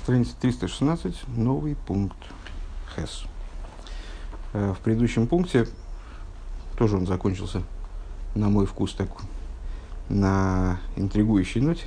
Страница 316, новый пункт Хес. В предыдущем пункте, тоже он закончился, на мой вкус, так, на интригующей ноте,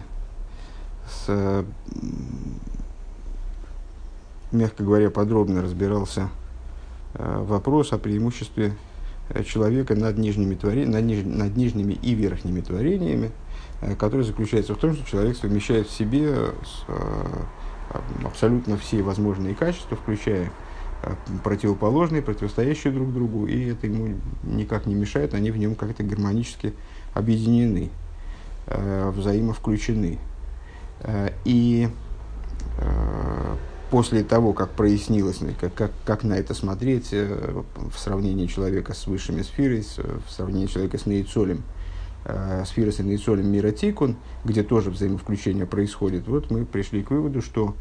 мягко говоря, подробно разбирался вопрос о преимуществе человека над нижними над нижними и верхними творениями, который заключается в том, что человек совмещает в себе абсолютно все возможные качества, включая противоположные, противостоящие друг другу, и это ему никак не мешает, они в нем как-то гармонически объединены, взаимовключены. И после того, как прояснилось, как на это смотреть в сравнении человека с высшими сферой, в сравнении человека с Нейцолем, сферой с Нейцолем мира Тикун, где тоже взаимовключение происходит, вот мы пришли к выводу, что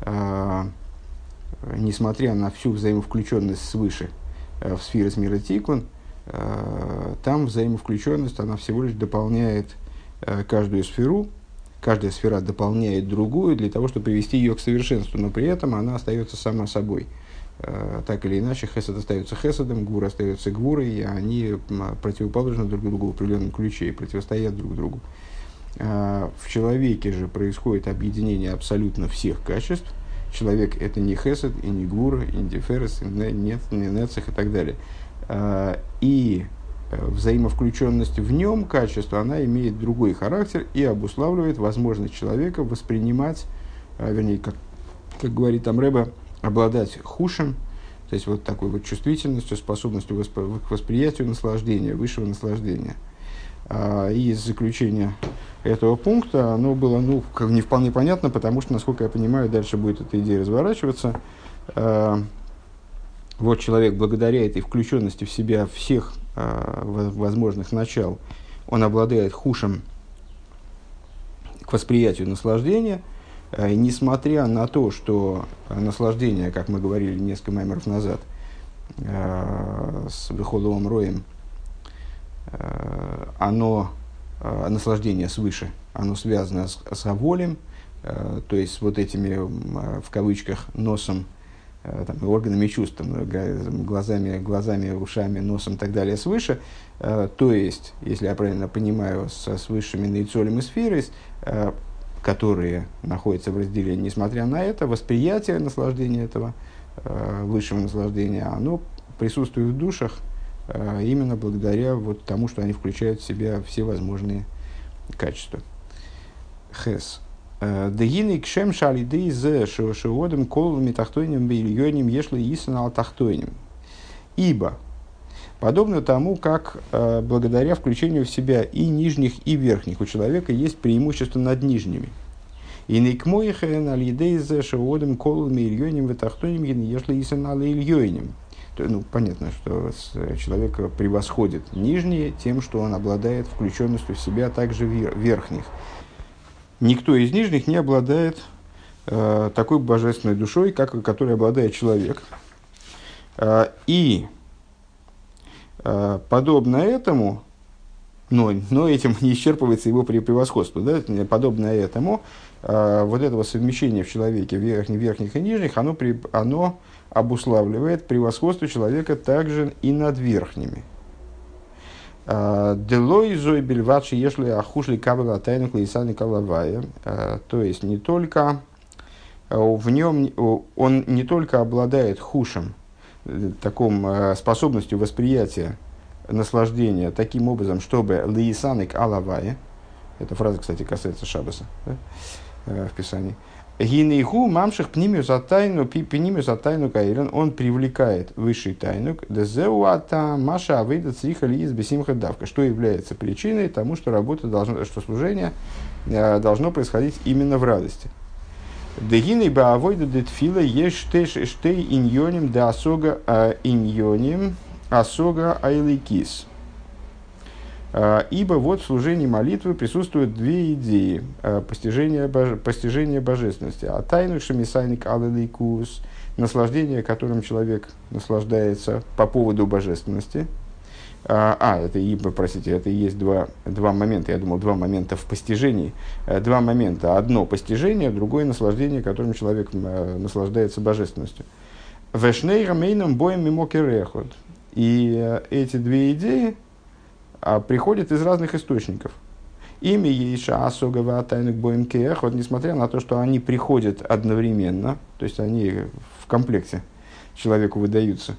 несмотря на всю взаимовключенность свыше в сферы с мира Тикун, там взаимовключенность, она всего лишь дополняет каждую сферу, каждая сфера дополняет другую для того, чтобы привести ее к совершенству, но при этом она остается сама собой. Так или иначе, хесед остается хеседом, гвура остается гвурой, и они противоположны друг другу в определенном ключе и противостоят друг другу. В человеке же происходит объединение абсолютно всех качеств. Человек – это не хесед, и не гвура, и не диферес, и не нецех и так далее. И взаимовключенность в нем качества, она имеет другой характер и обуславливает возможность человека воспринимать, вернее, как говорит там Рэбе, обладать хушем, то есть вот такой вот чувствительностью, способностью к восприятию наслаждения, высшего наслаждения. И из заключения этого пункта оно было не вполне понятно, потому что, насколько я понимаю, дальше будет эта идея разворачиваться. Вот человек, благодаря этой включенности в себя всех возможных начал, он обладает хушем к восприятию наслаждения, и несмотря на то, что наслаждение, как мы говорили несколько маймеров назад, с Бехоловым Роем, наслаждение свыше, оно связано с аволем, то есть с вот этими, в кавычках, носом, органами чувств, глазами, ушами, носом и так далее свыше, то есть, если я правильно понимаю, с высшими нейцолем и сферой, которые находятся в разделении, несмотря на это, восприятие наслаждения этого высшего наслаждения, оно присутствует в душах именно благодаря вот тому, что они включают в себя все возможные качества. Хес. Дегины кшем шалидей зе шеодем колвами тахтойним бильйоним ешли исан ал тахтойним. Ибо, подобно тому, как благодаря включению в себя и нижних, и верхних у человека есть преимущество над нижними. И никмойхен алидей зе шеодем колвами бильйоним ветахтойним ешли исан ал ильйоним. Понятно, что человек превосходит нижние тем, что он обладает включенностью в себя также верхних. Никто из нижних не обладает такой божественной душой, которой обладает человек. И подобно этому, но этим не исчерпывается его превосходство, да? Подобно этому, вот этого совмещения в человеке верхних и нижних, оно обуславливает превосходство человека также и над верхними. Делой зой бельвачи ешли ахушли кабела тайну клейсани калавая. То есть не только в нем он не только обладает хушем, таком способностью восприятия наслаждения таким образом, чтобы лейсаник алавая, эта фраза, кстати, касается Шаббаса, да, в Писании. Гинейгу мамших пнимю за тайну каирен, он привлекает высший тайнук, дезеуата маша выйдет срихали из бесимха давка, что является причиной тому, что что служение должно происходить именно в радости. Дегиней баавойда детфила есть штей иньоним да асога иньоним асога айликис. Ибо вот в служении молитвы присутствуют две идеи постижения божественности. А тайну шамисайник алэликус, наслаждение, которым человек наслаждается по поводу божественности. Простите, это и есть два момента. Я думал, два момента в постижении. Два момента. Одно постижение, другое наслаждение, которым человек наслаждается божественностью. Вешнейра мейном боем мимокерехот. И эти две идеи приходят из разных источников. Ими Ейша Асогава Тайнук Боем Кех, несмотря на то, что они приходят одновременно, то есть они в комплекте человеку выдаются.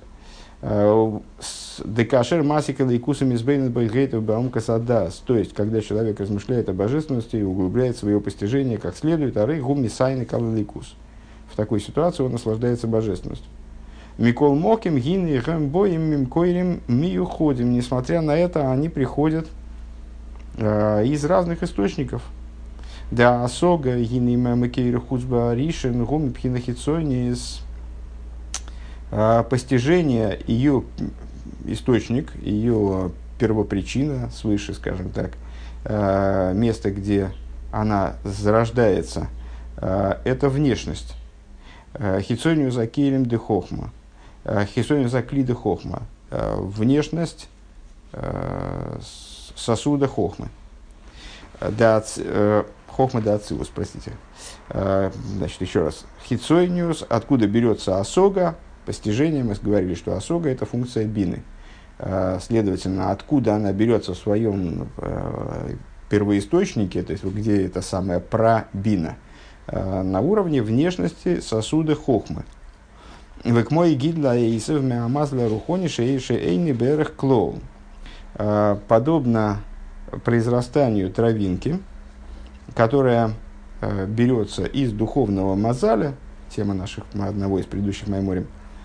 Декашер Масика Лейкусами Сбейнет Байгейтов Баумка Садас, то есть когда человек размышляет о божественности и углубляет свое постижение как следует, ары гуми сайны каллейкус. В такой ситуации он наслаждается божественностью. Микол Моким, Гин и Гэмбоим, Мимкоирим, Миюходим. Несмотря на это, они приходят из разных источников. Да, Асога, Гинима, Макейр, Хузба, Ришин, Гуми, Пхинахицонис. Постижение, ее источник, ее первопричина, свыше, скажем так, место, где она зарождается, это внешность. Хицонию за Кейлем де Хохма. Хисонию за Клида Хохма. Внешность сосуда Хохмы. Хохма да Ацилус, простите. Значит, еще раз. Хицониус, откуда берется осога, постижение, мы говорили, что осога – это функция бины. Следовательно, откуда она берется в своем первоисточнике, то есть где это самая прабина, на уровне внешности сосуда Хохмы. Векмой гидла эйсев меамазла рухони шеиши эйни берех клоун. Подобно произрастанию травинки, которая берется из духовного мазаля, тема одного из предыдущих майморим,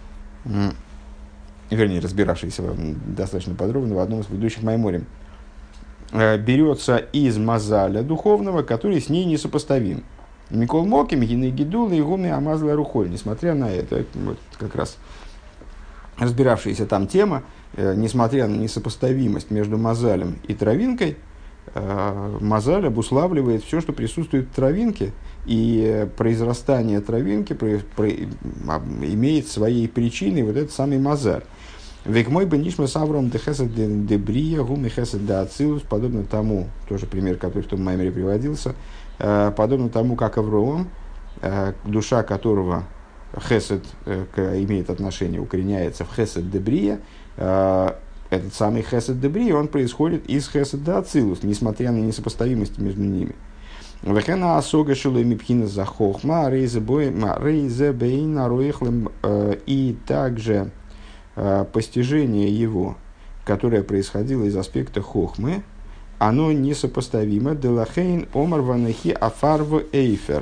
вернее, разбиравшийся достаточно подробно в одном из предыдущих майморим, берется из мазаля духовного, который с ней несопоставим. Микол Моким, Гины Гидула и Гуми Амазла Рухоль. Несмотря на это, вот как раз разбиравшаяся там тема, несмотря на несопоставимость между мазалем и травинкой, мазаль обуславливает все, что присутствует в травинке, и произрастание травинки имеет своей причиной вот этот самый мазаль. Век мой бы нишма савром де хесед де брия, гуми хесед де ацилус, подобно тому, тоже пример, который в том маймере приводился, подобно тому, как Авроам, душа которого хесед имеет отношение, укореняется в хесед де брия, этот самый хесед де брия, он происходит из хесед де ацилус, несмотря на несопоставимость между ними. Вехена асога шилой мипхина за хохма, рейзе бейна роихлем, и также постижение его, которое происходило из аспекта хохмы, оно несопоставимо. Делахейн омар ванахи афарву эйфер.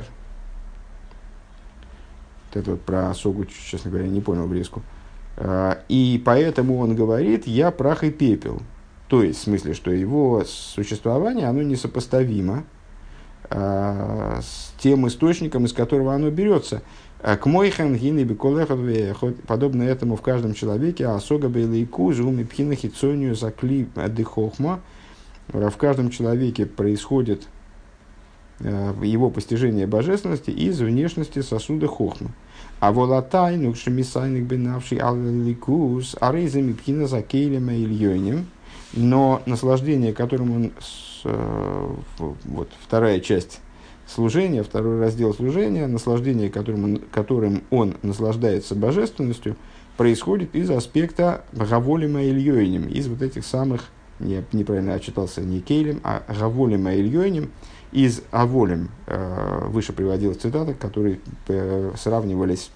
Это вот про осогу, честно говоря, не понял врезку. И поэтому он говорит, я прах и пепел. То есть, в смысле, что его существование, оно несопоставимо с тем источником, из которого оно берется. К мойхан гины беколехот, подобно этому в каждом человеке, асога бейлейку, зуми пхина хитсонию закли дыхохма. В каждом человеке происходит его постижение божественности из внешности сосуда хохмы. А волатай, ну шемисайник бенавший алликус, арейзами пхина за кейлем и ильёнем. Но наслаждение, которым он, вот вторая часть служения, второй раздел служения, наслаждение, которым он наслаждается божественностью, происходит из аспекта гаволима ильёнем, из вот этих самых, я неправильно отчитался, не кейлем, а гаволима ильёнем, из аволем, выше приводилась цитата, которые сравнивались,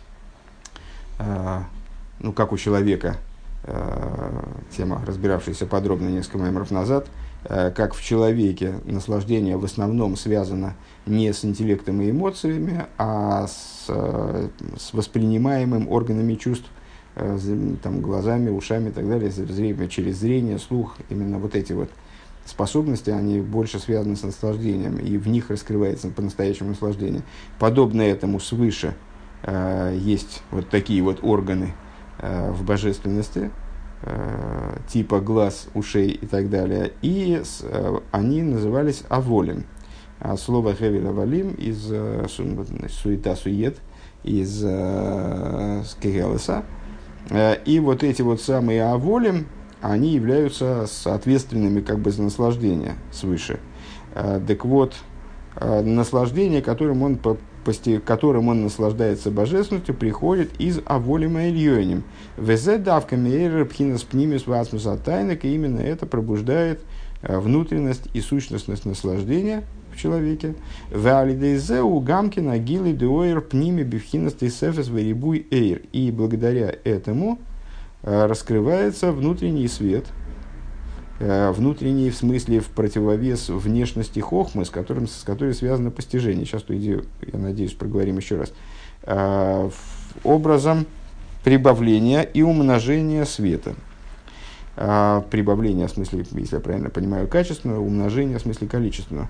ну, как у человека, тема, разбиравшаяся подробно несколько майморов назад, как в человеке наслаждение в основном связано не с интеллектом и эмоциями, а с воспринимаемым органами чувств, там, глазами, ушами и так далее, через зрение, слух. Именно вот эти вот способности, они больше связаны с наслаждением, и в них раскрывается по-настоящему наслаждение. Подобно этому свыше есть вот такие вот органы в божественности, типа глаз, ушей и так далее, и они назывались аволем. Слово хевель авалим из суета-сует, из скегелеса. И вот эти вот самые аволем, они являются соответственными как бы за наслаждение свыше. Так вот, наслаждение, которым он наслаждается божественностью, приходит из аволима ильёним. Везе давка мейр пхинас пнимис васмус атайнек, и именно это пробуждает внутренность и сущностность наслаждения в человеке. Веалидейзе у гамкина гилы деоир пними бифхинас тейсефес верибуй эйр. И благодаря этому раскрывается внутренний свет, внутренний в смысле в противовес внешности хохмы, с которой связано постижение. Сейчас эту идею, я надеюсь, проговорим еще раз. Образом прибавления и умножения света. Прибавление в смысле, если я правильно понимаю, качественного, умножение в смысле количественного.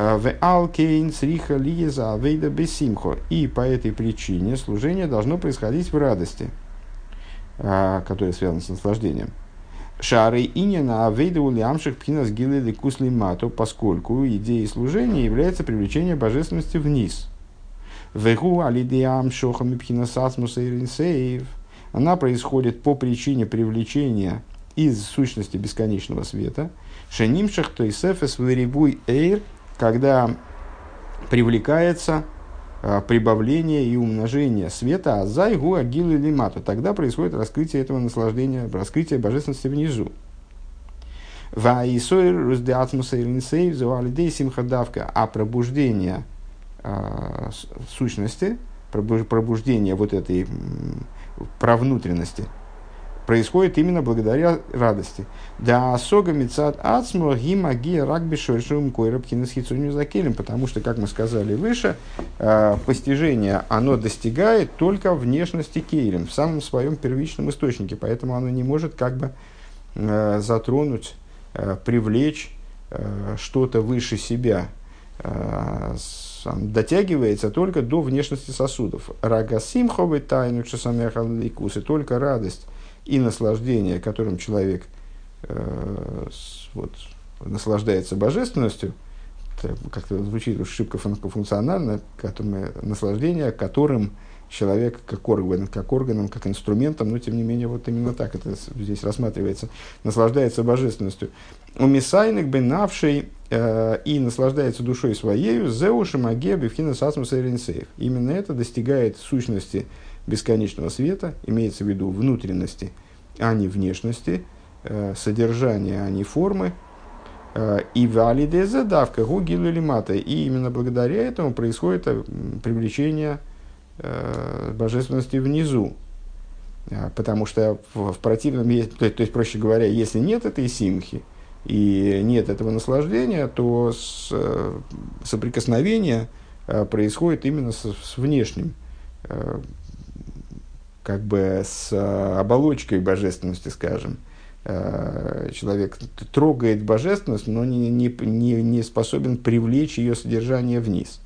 И по этой причине служение должно происходить в радости, которая связана с наслаждением. Шары инина авейда улямших пхинас гилы кусли мату, поскольку идеей служения является привлечение божественности вниз. Вегу алидиам шохами пхинас асмуса и ринсеев. Она происходит по причине привлечения из сущности бесконечного света. Шенимших тойсефес верибуй эйр, когда привлекается прибавление и умножение света, а зайгу агилы лимату. Тогда происходит раскрытие этого наслаждения, раскрытие божественности внизу. А пробуждение сущности, пробуждение вот этой провнутренности происходит именно благодаря радости. Да сога мицат ацмо гимагия рагби шойшум койрабхинас хицуню закелем, потому что, как мы сказали выше, постижение оно достигает только внешности кейлем, в самом своем первичном источнике, поэтому оно не может как бы затронуть, привлечь что-то выше себя. Дотягивается только до внешности сосудов. Рагасимховый тайну часамяхаликус, и только радость и наслаждение, которым человек наслаждается божественностью, как-то звучит шибко функционально, наслаждение, которым человек как органом, как инструментом, но тем не менее вот именно так это здесь рассматривается, наслаждается божественностью. Умисайник бенавший и наслаждается душой своею, зеуши магия бифхина сасмуса ринсеев. Именно это достигает сущности бесконечного света, имеется в виду внутренности, а не внешности, содержания, а не формы. И валидезе давка гугилу лимата. И именно благодаря этому происходит привлечение божественности внизу. Потому что в противном, то есть, проще говоря, если нет этой симхи и нет этого наслаждения, то соприкосновение происходит именно с внешним, как бы с оболочкой божественности, скажем. Человек трогает божественность, но не способен привлечь ее содержание вниз.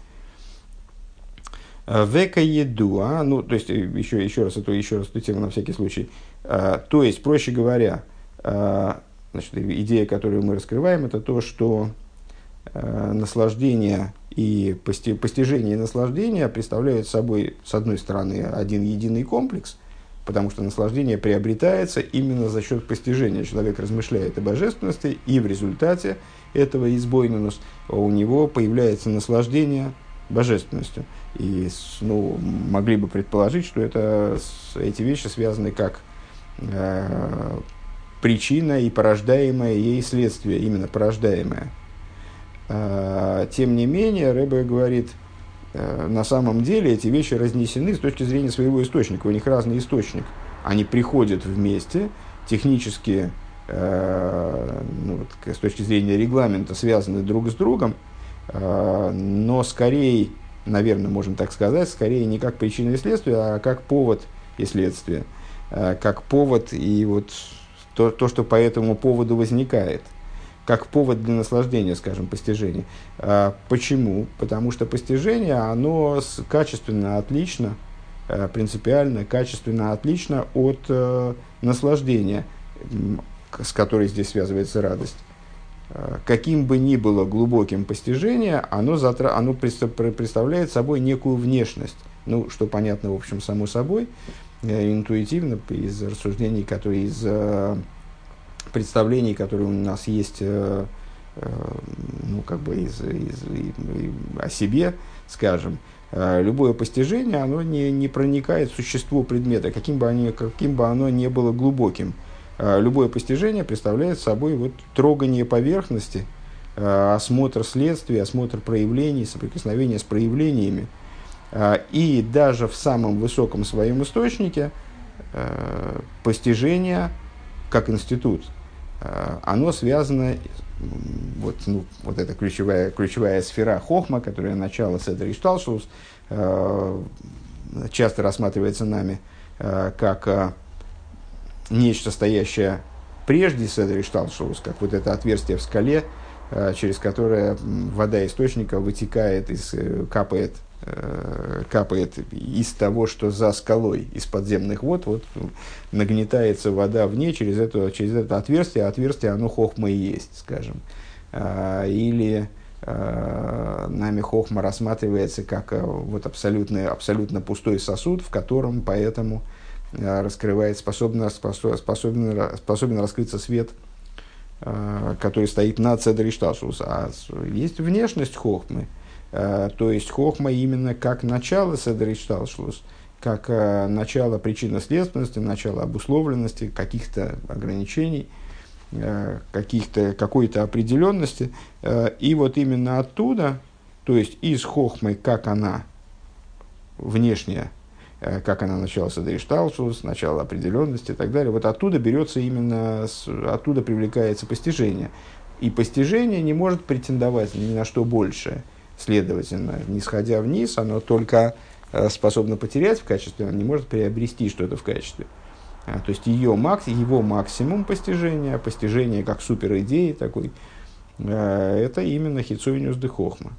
Века едуа, ну, то есть, еще раз эту тему на всякий случай. То есть, проще говоря, значит, идея, которую мы раскрываем, это то, что наслаждение и постижение и наслаждение представляют собой, с одной стороны, один единый комплекс, потому что наслаждение приобретается именно за счет постижения. Человек размышляет о божественности, и в результате этого избойнунус у него появляется наслаждение божественностью. И могли бы предположить, что эти вещи связаны как причина и порождаемое ей следствие, именно порождаемое. Тем не менее, Ребе говорит, на самом деле эти вещи разнесены с точки зрения своего источника. У них разный источник. Они приходят вместе, технически, с точки зрения регламента, связаны друг с другом, но скорее, наверное, можем так сказать, скорее не как причина и следствие, а как повод и следствие. Как повод и вот то, что по этому поводу возникает. Как повод для наслаждения, скажем, постижения. Почему? Потому что постижение, оно качественно отлично, принципиально качественно отлично от наслаждения, с которой здесь связывается радость. Каким бы ни было глубоким постижение, оно представляет собой некую внешность. Ну, что понятно, в общем, само собой, интуитивно, из рассуждений, которые из представлений, которые у нас есть о себе, скажем, любое постижение, оно не проникает в существо предмета, каким бы оно ни было глубоким. Любое постижение представляет собой вот трогание поверхности, осмотр следствий, осмотр проявлений, соприкосновение с проявлениями. И даже в самом высоком своем источнике постижение, как институт, оно связано, вот эта ключевая сфера хохма, которая начало седер ишталшус, часто рассматривается нами как нечто, стоящее прежде седер ишталшус, как вот это отверстие в скале, через которое вода источника вытекает, капает из того, что за скалой, из подземных вод, нагнетается вода вне через это отверстие, а отверстие оно хохма и есть, скажем. Или нами хохма рассматривается как абсолютно пустой сосуд, в котором поэтому способен раскрыться свет, который стоит над седер ишталшус. А есть внешность хохмы, то есть хохма именно как начало седер ишталшус, как начало причинно-следственности, начало обусловленности, каких-то ограничений, какой-то определенности. И вот именно оттуда, то есть из хохмы, как она внешняя, как она начало седер ишталшус, начало определенности и так далее, вот оттуда берется оттуда привлекается постижение. И постижение не может претендовать ни на что большее. Следовательно, не сходя вниз, оно только способно потерять в качестве, оно не может приобрести что-то в качестве. То есть его максимум постижение как суперидеи такой, это именно хицуйнюс де хохма.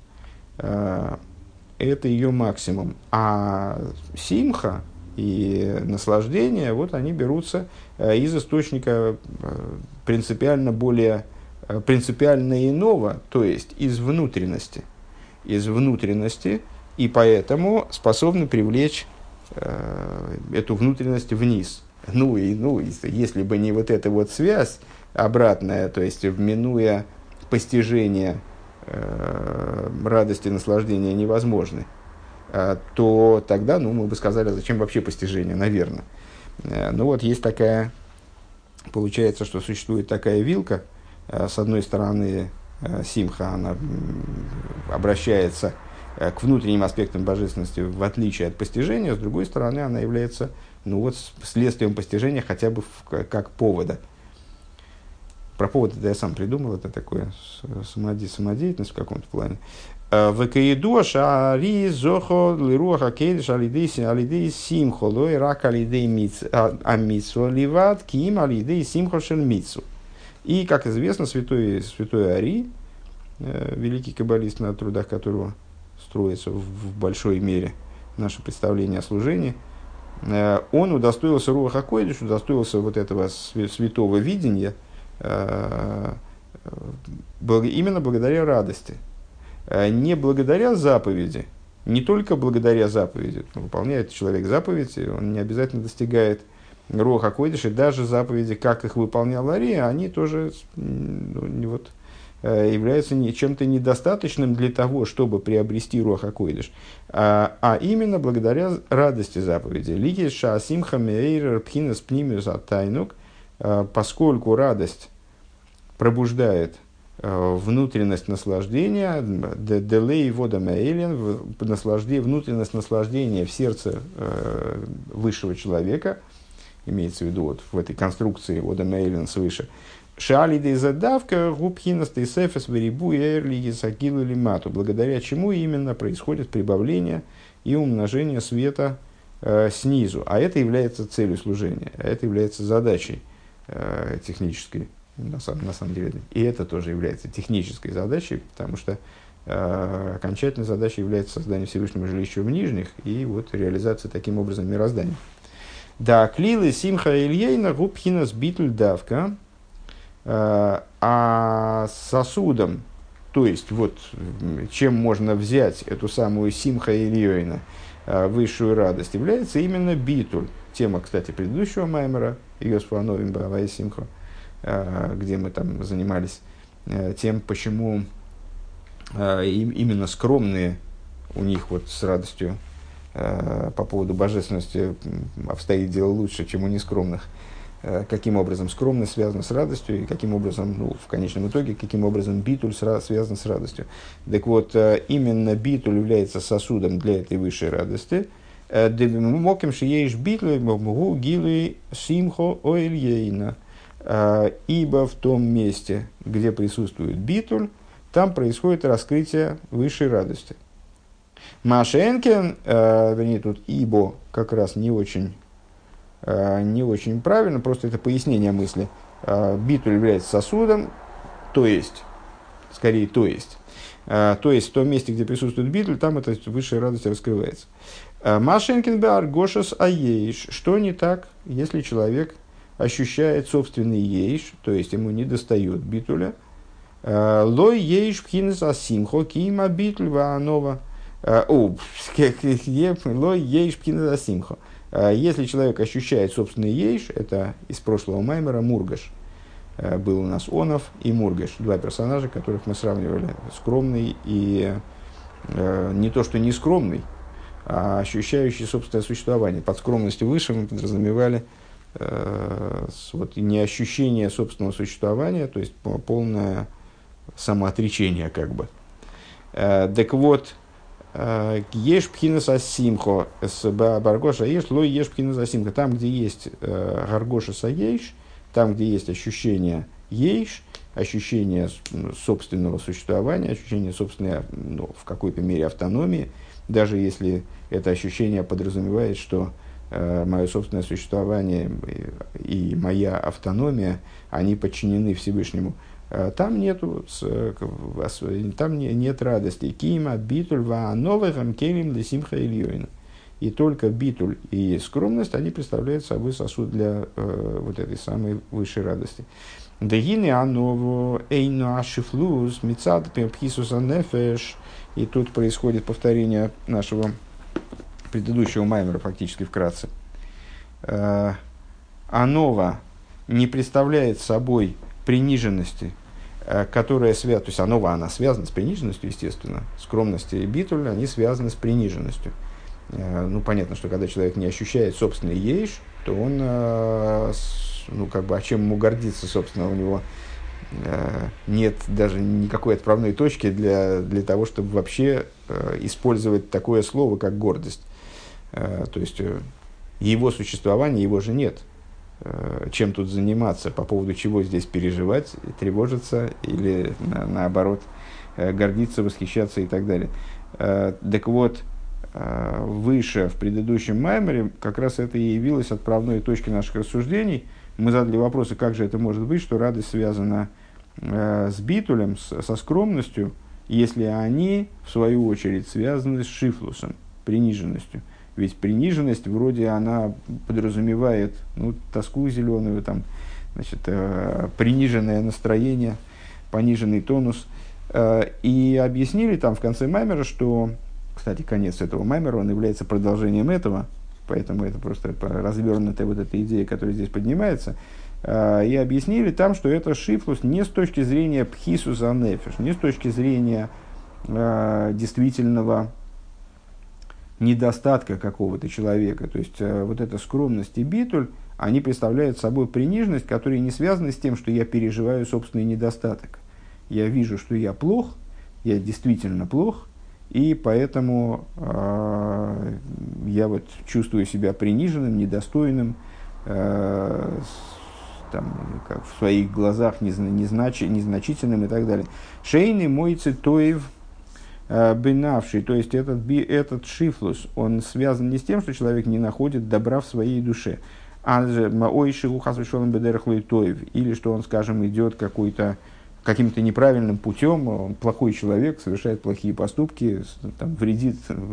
Это ее максимум. А симха и наслаждение, вот они берутся из источника принципиально иного, то есть из внутренности, и поэтому способны привлечь эту внутренность вниз. Если бы не вот эта вот связь обратная, то есть минуя постижение радости, наслаждения невозможны, то тогда, мы бы сказали, зачем вообще постижение, наверное. Есть такая, получается, что существует такая вилка. С одной стороны, симха, она обращается к внутренним аспектам божественности в отличие от постижения, с другой стороны, она является следствием постижения хотя бы как повода. Про повод это я сам придумал, это такое самодеятельность в каком-то плане. Векаиду шаари зохо лируаха кейдиш алидей симхо лой рак алидей амитсу ливат ким алидей симхо шель митсу. И, как известно, святой Ари, великий каббалист, на трудах которого строится в большой мере наше представление о служении, он удостоился руаха койдиш, удостоился вот этого святого видения, именно благодаря радости, не благодаря заповеди, не только благодаря заповеди. Выполняет человек заповеди, он не обязательно достигает руаха койдиш, и даже заповеди, как их выполнял Ария, они тоже являются чем-то недостаточным для того, чтобы приобрести руаха койдиш, а именно благодаря радости заповеди. Ликис шаасимха меэйр пхинас пнимиус аттайнук, поскольку радость пробуждает внутренность наслаждения, делей водам эйлен, внутренность наслаждения в сердце высшего человека, имеется в виду в этой конструкции водам эйлен свыше. Шалидей задавка губхинас тейсефес верибу эрлиги сакилу лимату, благодаря чему именно происходит прибавление и умножение света снизу. А это является целью служения, а это является задачей технической, на самом деле. И это тоже является технической задачей, потому что окончательной задачей является создание Всевышнего жилища в нижних и реализация таким образом мироздания. Да, клилы симха ильейна губхинас битль давка, а сосудом, то есть чем можно взять эту самую симха ильейна, высшую радость, является именно битуль. Тема, кстати, предыдущего маймера, Йосфу Ановим Бавай Симхо, где мы там занимались тем, почему именно скромные у них вот с радостью по поводу божественности обстоит дело лучше, чем у нескромных. Каким образом скромность связана с радостью, и каким образом, ну, в конечном итоге, каким образом битуль связан с радостью. Так вот, именно битуль является сосудом для этой высшей радости. Моким шиеиш битуль могу гилы симхо оэльейна. Ибо в том месте, где присутствует битуль, там происходит раскрытие высшей радости. Машенкен, вернее, тут ибо как раз не очень правильно, просто это пояснение мысли. Битуль является сосудом, то есть в том месте, где присутствует битуль, там эта высшая радость раскрывается. Машенкен бар гошас аейш. Что не так, если человек ощущает собственный ейш, то есть ему не достает битуля? Лой ейш пхинес асимхо кима битуль ваанова. Лой ейш пхинес асимхо. Если человек ощущает собственный ейш, это из прошлого маймера Мургаш. Был у нас Онов и Мургаш, два персонажа, которых мы сравнивали. Скромный и не то, что не скромный, а ощущающий собственное существование. Под скромностью выше мы подразумевали вот, не ощущение собственного существования, то есть полное самоотречение как бы. Так вот, еш пхинас асимхо с баргоша еш лой еш пхинас асимхо. Там, где есть гаргоша саейш, там, где есть ощущение ейш, ощущение собственного существования, ощущение собственной, ну, в какой-то мере автономии, даже если это ощущение подразумевает, что мое собственное существование и моя автономия, они подчинены Всевышнему. Там нет радости. Кима битуль ва новым келим для симха ильёйна. И только битуль и скромность, они представляют собой сосуд для вот этой самой высшей радости. Дагины аново эйну ашифлус мицад пхисуса нефеш. И тут происходит повторение нашего предыдущего маймера, фактически вкратце. Анова не представляет собой приниженности, которая связана, то есть анова, она связана с приниженностью, естественно, скромность и битуль, они связаны с приниженностью. Ну, понятно, что когда человек не ощущает собственный ейш, то он, ну, как бы, а чем ему гордиться, собственно, у него нет даже никакой отправной точки для того, чтобы вообще использовать такое слово, как гордость. То есть, его существования, его же нет. Чем тут заниматься, по поводу чего здесь переживать, тревожиться или, наоборот, гордиться, восхищаться и так далее. Так вот, выше, в предыдущем маймере, как раз это и явилось отправной точкой наших рассуждений. Мы задали вопросы, как же это может быть, что радость связана с битулем, со скромностью, если они, в свою очередь, связаны с шифлусом, приниженностью. Ведь приниженность, вроде, она подразумевает, ну, тоску зеленую, там, значит, приниженное настроение, пониженный тонус. И объяснили там в конце маймера, что, кстати, конец этого маймера, он является продолжением этого, поэтому это просто развернутая вот эта идея, которая здесь поднимается. И объяснили там, что это шифлус не с точки зрения пхисуса нефеш, не с точки зрения действительного недостатка какого-то человека. То есть, вот эта скромность и битуль, они представляют собой приниженность, которая не связана с тем, что я переживаю собственный недостаток. Я вижу, что я плох, я действительно плох, и поэтому я вот чувствую себя приниженным, недостойным, там, как в своих глазах незначительным и так далее. Шейный мой цитоев бенавший, то есть этот шифлус, он связан не с тем, что человек не находит добра в своей душе, а же маойши ухасвишолом бедерхлой тоев, или что он, скажем, идет каким-то неправильным путем, он плохой человек, совершает плохие поступки, там, вредит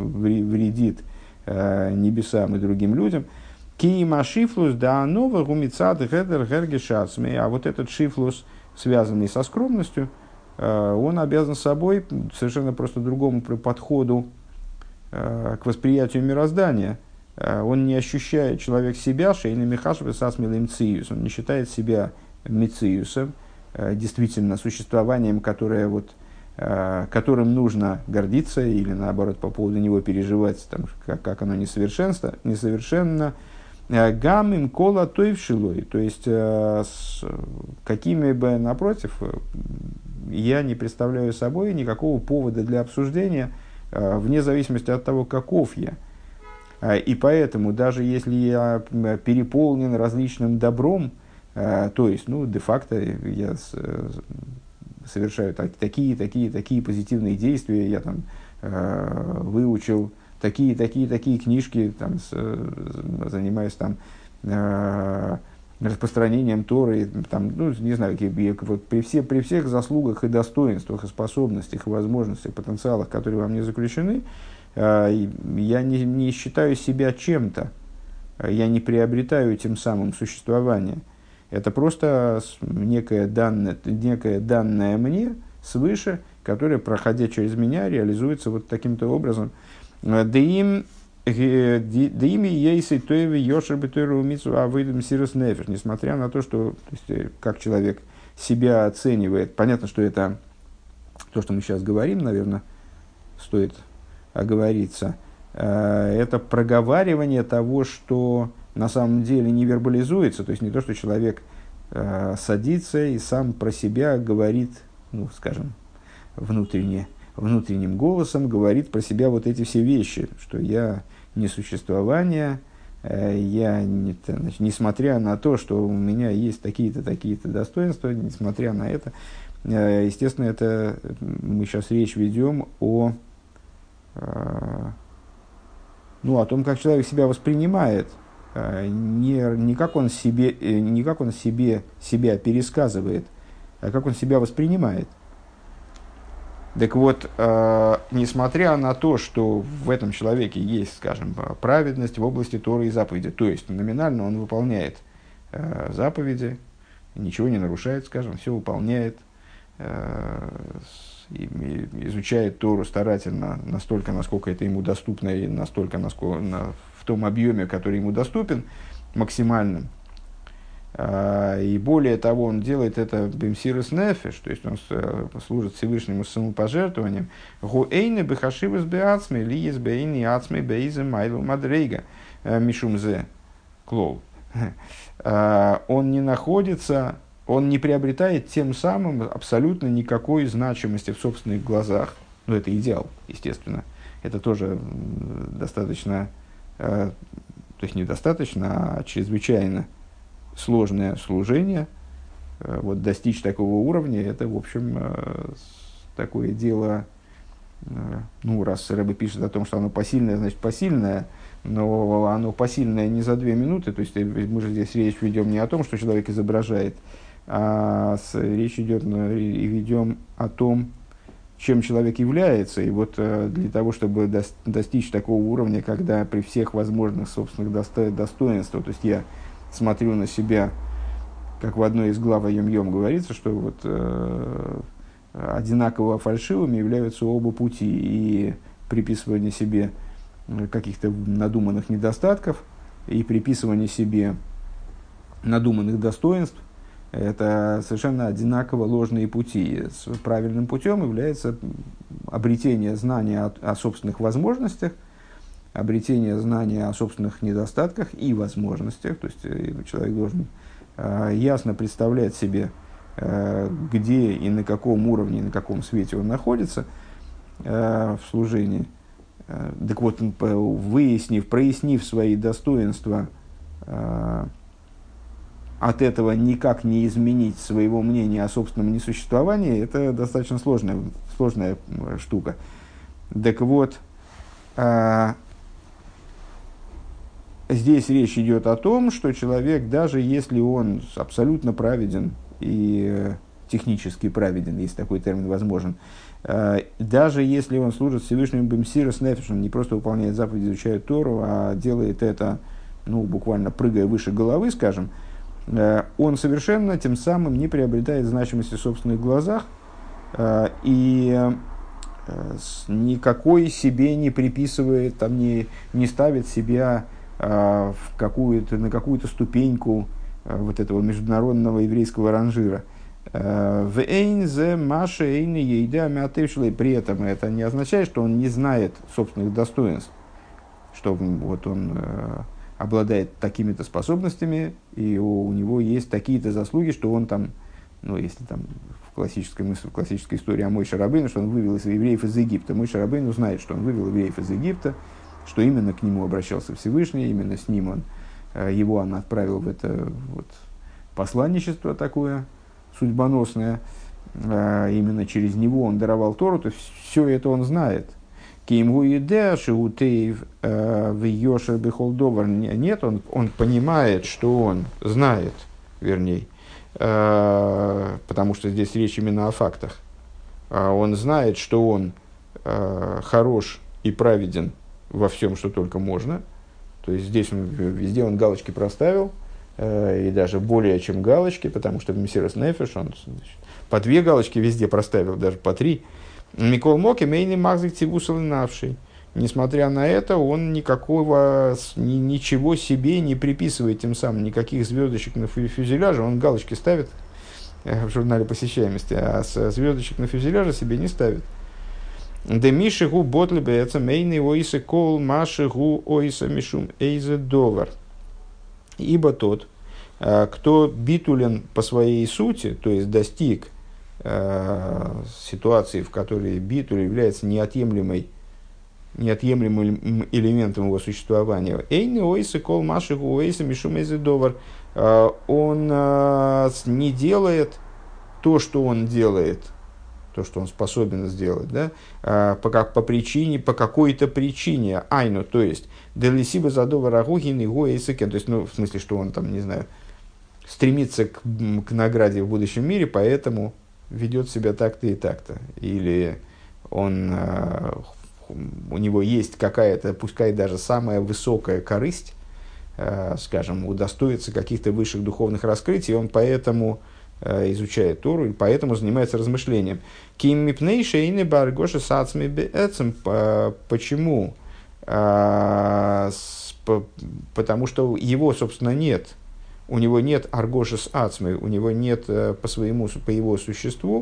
небесам и другим людям. Киима шифлус да нова гумицат гедер гергешацми, а вот этот шифлус, связанный со скромностью, он обязан собой совершенно просто другому подходу к восприятию мироздания. Он не ощущает человек себя, шейный михашев и сасмилым циюс, он не считает себя мециусом, действительно существованием, которое вот, которым нужно гордиться или, наоборот, по поводу него переживать, там, как оно несовершенно. Гам им кола той вшилой, то есть, с какими бы, напротив, я не представляю собой никакого повода для обсуждения, вне зависимости от того, каков я. И поэтому, даже если я переполнен различным добром, то есть, ну, де-факто я совершаю такие позитивные действия, я там выучил такие книжки, там, занимаюсь там распространением Торы, там, ну, не знаю, вот при всех заслугах и достоинствах, и способностях, и возможностях, потенциалах, которые во мне заключены, я не считаю себя чем-то, я не приобретаю тем самым существование. Это просто некое данное мне свыше, которое, проходя через меня, реализуется вот таким-то образом. Несмотря на то, что, то есть, как человек себя оценивает, понятно, что это то, что мы сейчас говорим, наверное, стоит оговориться, это проговаривание того, что на самом деле не вербализуется, то есть не то, что человек садится и сам про себя говорит, ну, скажем, внутренним голосом говорит про себя вот эти все вещи, что я не существование, несмотря на то, что у меня есть такие-то достоинства, несмотря на это, естественно, это мы сейчас речь ведем о том, как человек себя воспринимает, не как он себя пересказывает, а как он себя воспринимает. Так вот, несмотря на то, что в этом человеке есть, скажем, праведность в области Торы и заповеди, то есть номинально он выполняет заповеди, ничего не нарушает, скажем, все выполняет, изучает Тору старательно настолько, насколько это ему доступно, и настолько, насколько, в том объеме, который ему доступен, максимальным. И более того, он делает это бимсирос нефеш, то есть он служит Всевышнему самопожертвованием. Гуэйне бехашивас беацме лиес бейни ацме бейзе майлу мадрейга мишумзе клол. Он не находится, он не приобретает тем самым абсолютно никакой значимости в собственных глазах. Ну, это идеал, естественно. Это тоже достаточно, то есть недостаточно, а чрезвычайно сложное служение. Вот достичь такого уровня, это, в общем, такое дело, ну, раз Рэбе пишет о том, что оно посильное, значит посильное, но оно посильное не за 2 минуты, то есть мы же здесь речь ведем не о том, что человек изображает, а речь идет и ведем о том, чем человек является. И вот для того, чтобы достичь такого уровня, когда при всех возможных собственных достоинствах, то есть я смотрю на себя, как в одной из глав Йом-Йом говорится, что вот одинаково фальшивыми являются оба пути, и приписывание себе каких-то надуманных недостатков и приписывание себе надуманных достоинств – это совершенно одинаково ложные пути. С правильным путем является обретение знания о собственных возможностях, обретение знания о собственных недостатках и возможностях. То есть человек должен ясно представлять себе, где и на каком уровне, и на каком свете он находится в служении. Так вот, прояснив свои достоинства, от этого никак не изменить своего мнения о собственном несуществовании, это достаточно сложная штука. Так вот, здесь речь идет о том, что человек, даже если он абсолютно праведен и технически праведен, если такой термин возможен, даже если он служит Всевышнему бимсирос нефеш, он не просто выполняет заповеди, изучает Тору, а делает это, ну, буквально прыгая выше головы, скажем, он совершенно тем самым не приобретает значимости в собственных глазах и никакой себе не приписывает, там, не ставит себя на какую-то ступеньку вот этого международного еврейского ранжира. В эйнзе маше эйны ейда мятывшилой. При этом это не означает, что он не знает собственных достоинств, что вот он обладает такими-то способностями, и у него есть такие-то заслуги, что он там, ну, если там в классической мысли, в классической истории о Моше Рабейну, что он вывел евреев из Египта. Моше Рабейну знает, что он вывел евреев из Египта, что именно к нему обращался Всевышний, именно с ним его он отправил в это вот посланничество такое судьбоносное, именно через него он даровал Тору, то есть все это он знает. Кимгу идея шиутеев в Йошер Бехолдовар. Нет, он понимает, что он знает, вернее, потому что здесь речь именно о фактах. Он знает, что он хорош и праведен во всем, что только можно. То есть здесь везде он галочки проставил, и даже более чем галочки, потому что в Месирос Нефеш он по 2 галочки везде проставил, даже по 3. Микол Моки мейный махзик тивусал навший. Несмотря на это, он ничего себе не приписывает, тем самым никаких звездочек на фюзеляже, он галочки ставит в журнале посещаемости, а звездочек на фюзеляже себе не ставит. Демиши гу ботли бэца мейный ойсы кол маши гу ойса мишум эйзе довар. Ибо тот, кто битулен по своей сути, то есть достиг ситуации, в которой битуль является неотъемлемым элементом его существования, эйны ойсы кол маши гу ойса мишум эйзе довар, он не делает то, что он делает, то, что он способен сделать, да, по причине, по какой-то причине, айну, то есть, делисиба задова рагухин и гоэйсекен, то есть, ну, в смысле, что он там, не знаю, стремится к награде в будущем мире, поэтому ведет себя так-то и так-то, или он, у него есть какая-то, пускай даже самая высокая корысть, скажем, удостоится каких-то высших духовных раскрытий, он поэтому изучает Тору и поэтому занимается размышлением. Почему? Потому что его, собственно, нет. У него нет аргошес ацмы, у него нет по его существу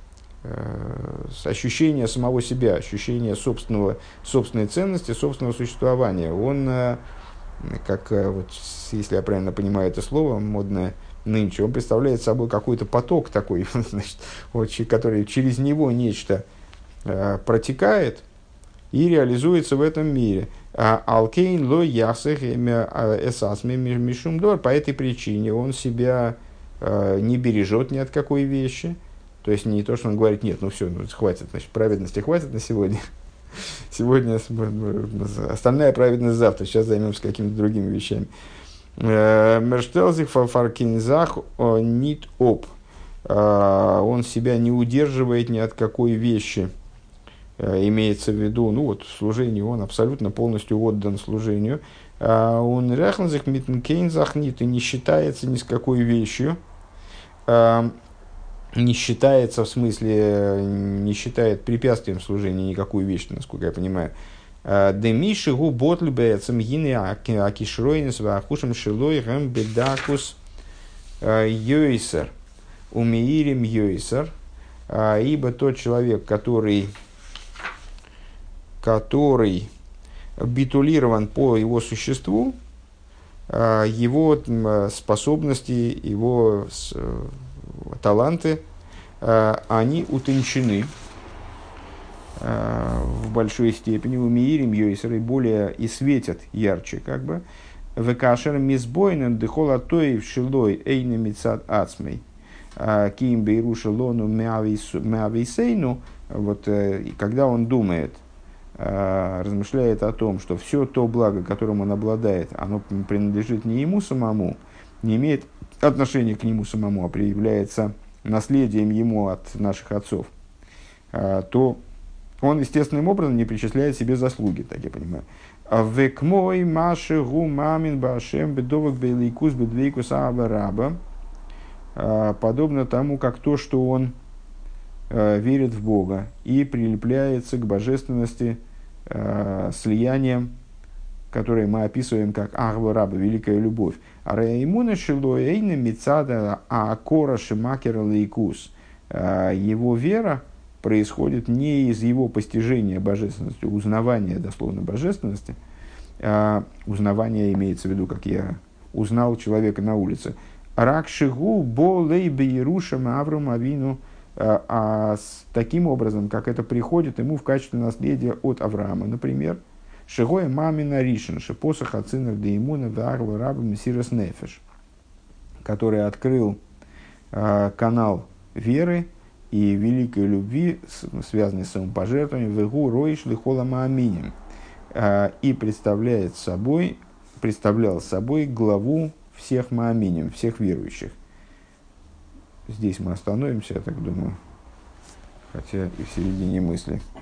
ощущения самого себя, ощущения собственной ценности, собственного существования. Он, как, вот, если я правильно понимаю это слово модное, нынче, он представляет собой какой-то поток такой, значит, вот, который через него нечто протекает и реализуется в этом мире. Алкейн ло ясех эсасми мишумдор. По этой причине он себя не бережет ни от какой вещи. То есть не то, что он говорит, нет, ну все, ну, хватит, значит, праведности хватит на сегодня. Сегодня остальная праведность завтра. Сейчас займемся какими-то другими вещами. Мерштелзих фаркинзах нит оп. Он себя не удерживает ни от какой вещи. Имеется в виду, ну вот, в служении он абсолютно полностью отдан служению. Он ряхнзих митнкейнзах нит и не считается ни с какой вещью. Не считается, в смысле, не считает препятствием служения никакую вещь, насколько я понимаю. Демиши гу ботль бэцэм гины акишройнес вахушам шилой гэм бедакус йойсер умеирим йойсер. Ибо тот человек, который битулирован по его существу, его способности, его таланты, они утончены в большой степени, умеирим йойсер, и более и светят ярче, как бы. Векашер мисбойнен дехолатоев шилой эйне мицад ацмей ким бейруша лону меависейну. Вот когда он думает, размышляет о том, что все то благо, которым он обладает, оно принадлежит не ему самому, не имеет отношения к нему самому, а является наследием ему от наших отцов, то он естественным образом не причисляет себе заслуги, так я понимаю. Век мой маши гу мамин башем бедовок бейликус бедвейкус абараба, подобно тому, как то, что он верит в Бога и прилепляется к божественности слиянием которые мы описываем как Ахва Раба, великая любовь. А Раимуна Шилуэйна Мицада Акора Шимакера Лейкус. Его вера происходит не из его постижения божественности, узнавания, дословно, божественности. Узнавание имеется в виду, как я узнал человека на улице. Ракшигу бо лейбе Ярушам Аврам Авину. Таким образом, как это приходит ему в качестве наследия от Авраама, например, Шигоя мамина ришен, шепосах ацинер деимуна варва раба мессирас нефеш, который открыл канал веры и великой любви, связанной с самопожертвованием, вегу роиш лихола мааминим, и представлял собой главу всех мааминим, всех верующих. Здесь мы остановимся, я так думаю, хотя и в середине мысли.